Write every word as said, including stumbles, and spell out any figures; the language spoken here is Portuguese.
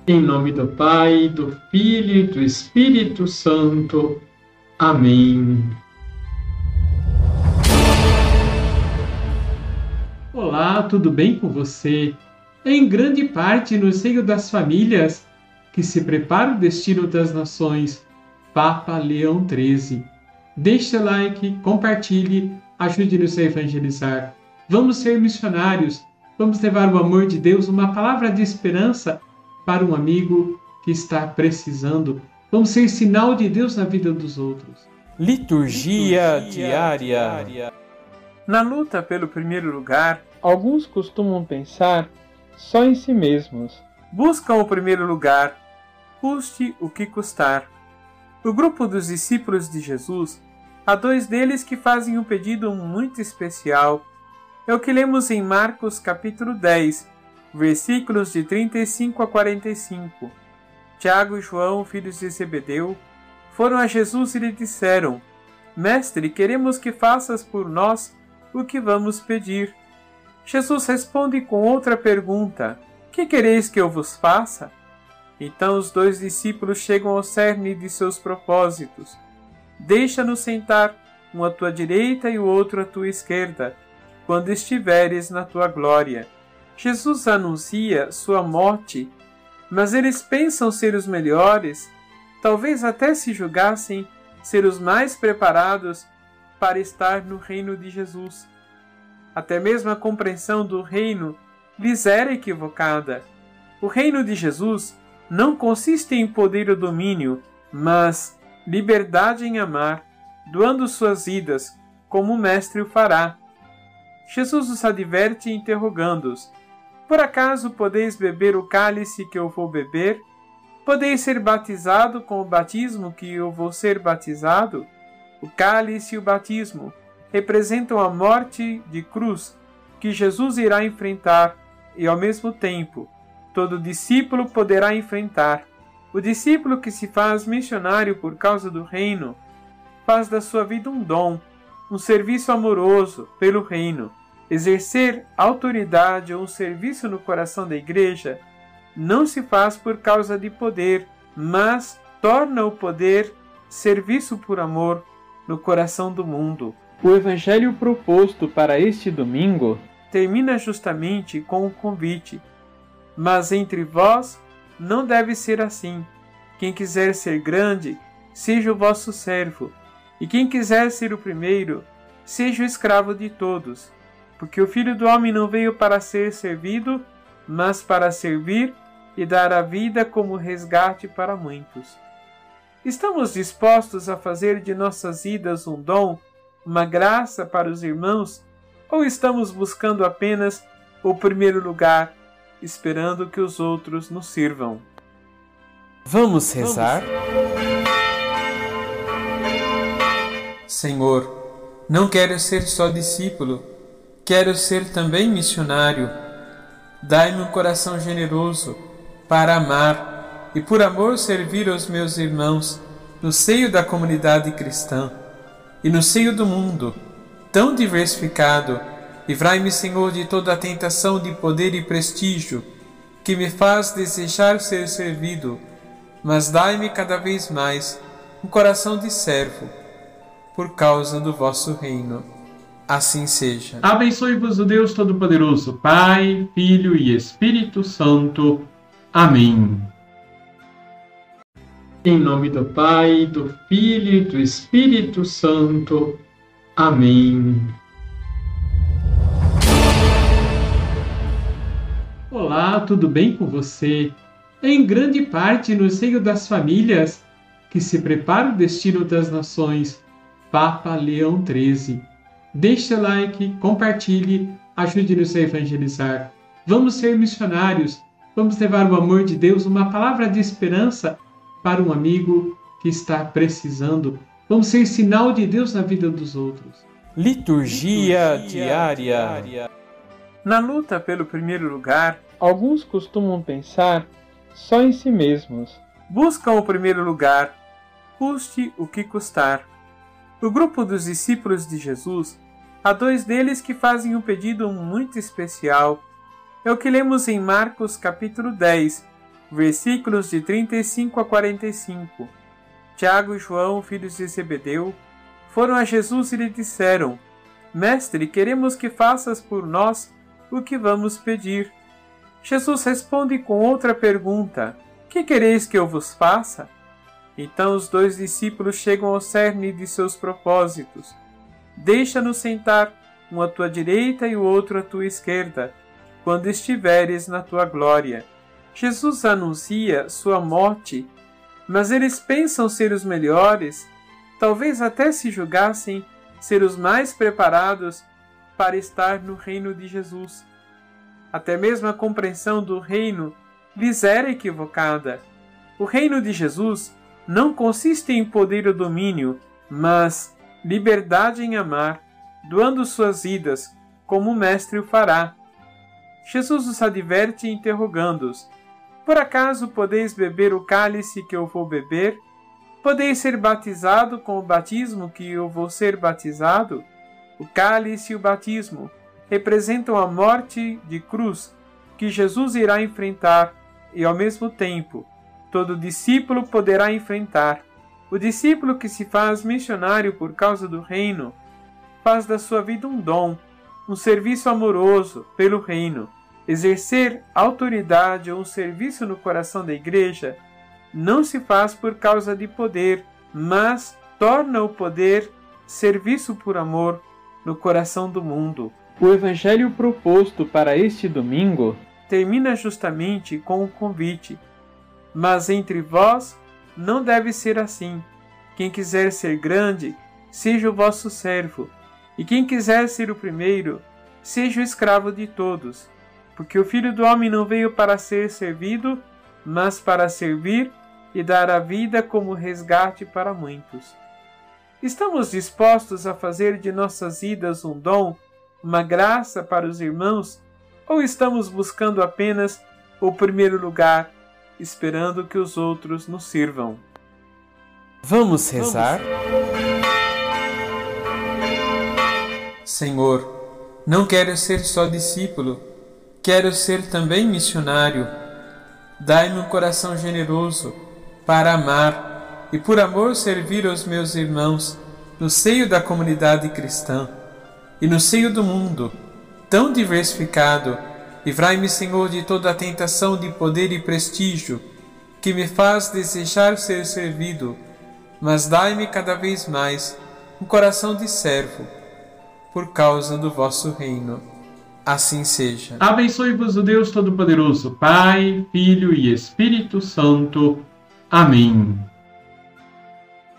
Em nome do Pai, do Filho e do Espírito Santo. Amém. Olá, tudo bem com você? Em grande parte no seio das famílias que se prepara o destino das nações, Papa Leão treze. Deixe o like, compartilhe, ajude-nos a evangelizar. Vamos ser missionários, vamos levar o amor de Deus, uma palavra de esperança para um amigo que está precisando. Vamos ser sinal de Deus na vida dos outros. Liturgia, Liturgia diária. diária. Na luta pelo primeiro lugar, alguns costumam pensar só em si mesmos. Buscam o primeiro lugar, custe o que custar. No grupo dos discípulos de Jesus, há dois deles que fazem um pedido muito especial. É o que lemos em Marcos capítulo dez, versículos de trinta e cinco a quarenta e cinco. Tiago e João, filhos de Zebedeu, foram a Jesus e lhe disseram: Mestre, queremos que faças por nós o que vamos pedir. Jesus responde com outra pergunta: Que quereis que eu vos faça? Então os dois discípulos chegam ao cerne de seus propósitos. Deixa-nos sentar, um à tua direita e o outro à tua esquerda, quando estiveres na tua glória. Jesus anuncia sua morte, mas eles pensam ser os melhores, talvez até se julgassem ser os mais preparados para estar no reino de Jesus. Até mesmo a compreensão do reino lhes era equivocada. O reino de Jesus não consiste em poder ou domínio, mas liberdade em amar, doando suas vidas, como o Mestre o fará. Jesus os adverte interrogando-os: Por acaso podeis beber o cálice que eu vou beber? Podeis ser batizado com o batismo que eu vou ser batizado? O cálice e o batismo representam a morte de cruz que Jesus irá enfrentar e, ao mesmo tempo, todo discípulo poderá enfrentar. O discípulo que se faz missionário por causa do reino faz da sua vida um dom, um serviço amoroso pelo reino. Exercer autoridade ou um serviço no coração da igreja não se faz por causa de poder, mas torna o poder serviço por amor no coração do mundo. O evangelho proposto para este domingo termina justamente com o convite: Mas entre vós não deve ser assim. Quem quiser ser grande, seja o vosso servo, e quem quiser ser o primeiro, seja o escravo de todos. Porque o Filho do Homem não veio para ser servido, mas para servir e dar a vida como resgate para muitos. Estamos dispostos a fazer de nossas vidas um dom, uma graça para os irmãos, ou estamos buscando apenas o primeiro lugar, esperando que os outros nos sirvam? Vamos rezar? Senhor, não quero ser só discípulo, quero ser também missionário. Dai-me um coração generoso para amar e por amor servir aos meus irmãos no seio da comunidade cristã e no seio do mundo, tão diversificado. Livrai-me, Senhor, de toda a tentação de poder e prestígio que me faz desejar ser servido, mas dai-me cada vez mais um coração de servo, por causa do vosso reino. Assim seja. Abençoe-vos o Deus Todo-Poderoso, Pai, Filho e Espírito Santo. Amém. Em nome do Pai, do Filho e do Espírito Santo. Amém. Olá, tudo bem com você? Em grande parte no seio das famílias que se prepara o destino das nações, Papa Leão treze. Deixe o like, compartilhe, ajude-nos a evangelizar. Vamos ser missionários, vamos levar o amor de Deus, uma palavra de esperança para um amigo que está precisando. Vamos ser sinal de Deus na vida dos outros. Liturgia, Liturgia diária. diária. Na luta pelo primeiro lugar, alguns costumam pensar só em si mesmos. Buscam o primeiro lugar, custe o que custar. No grupo dos discípulos de Jesus, há dois deles que fazem um pedido muito especial. É o que lemos em Marcos capítulo dez, versículos de trinta e cinco a quarenta e cinco. Tiago e João, filhos de Zebedeu, foram a Jesus e lhe disseram: Mestre, queremos que faças por nós o que vamos pedir. Jesus responde com outra pergunta: Que quereis que eu vos faça? Então os dois discípulos chegam ao cerne de seus propósitos. Deixa-nos sentar, um à tua direita e o outro à tua esquerda, quando estiveres na tua glória. Jesus anuncia sua morte, mas eles pensam ser os melhores, talvez até se julgassem ser os mais preparados para estar no reino de Jesus. Até mesmo a compreensão do reino lhes era equivocada. O reino de Jesus não consiste em poder ou domínio, mas liberdade em amar, doando suas vidas, como o Mestre o fará. Jesus os adverte interrogando-os: Por acaso podeis beber o cálice que eu vou beber? Podeis ser batizado com o batismo que eu vou ser batizado? O cálice e o batismo representam a morte de cruz que Jesus irá enfrentar e, ao mesmo tempo, todo discípulo poderá enfrentar. O discípulo que se faz missionário por causa do reino faz da sua vida um dom, um serviço amoroso pelo reino. Exercer autoridade ou um serviço no coração da igreja não se faz por causa de poder, mas torna o poder serviço por amor no coração do mundo. O evangelho proposto para este domingo termina justamente com o convite: Mas entre vós não deve ser assim. Quem quiser ser grande, seja o vosso servo, e quem quiser ser o primeiro, seja o escravo de todos. Porque o Filho do Homem não veio para ser servido, mas para servir e dar a vida como resgate para muitos. Estamos dispostos a fazer de nossas vidas um dom, uma graça para os irmãos, ou estamos buscando apenas o primeiro lugar, esperando que os outros nos sirvam? Vamos rezar? Senhor, não quero ser só discípulo, quero ser também missionário. Dai-me um coração generoso para amar e por amor servir aos meus irmãos no seio da comunidade cristã e no seio do mundo, tão diversificado. Livrai-me, Senhor, de toda a tentação de poder e prestígio que me faz desejar ser servido, mas dai-me cada vez mais um coração de servo, por causa do vosso reino. Assim seja. Abençoe-vos o Deus Todo-Poderoso, Pai, Filho e Espírito Santo. Amém.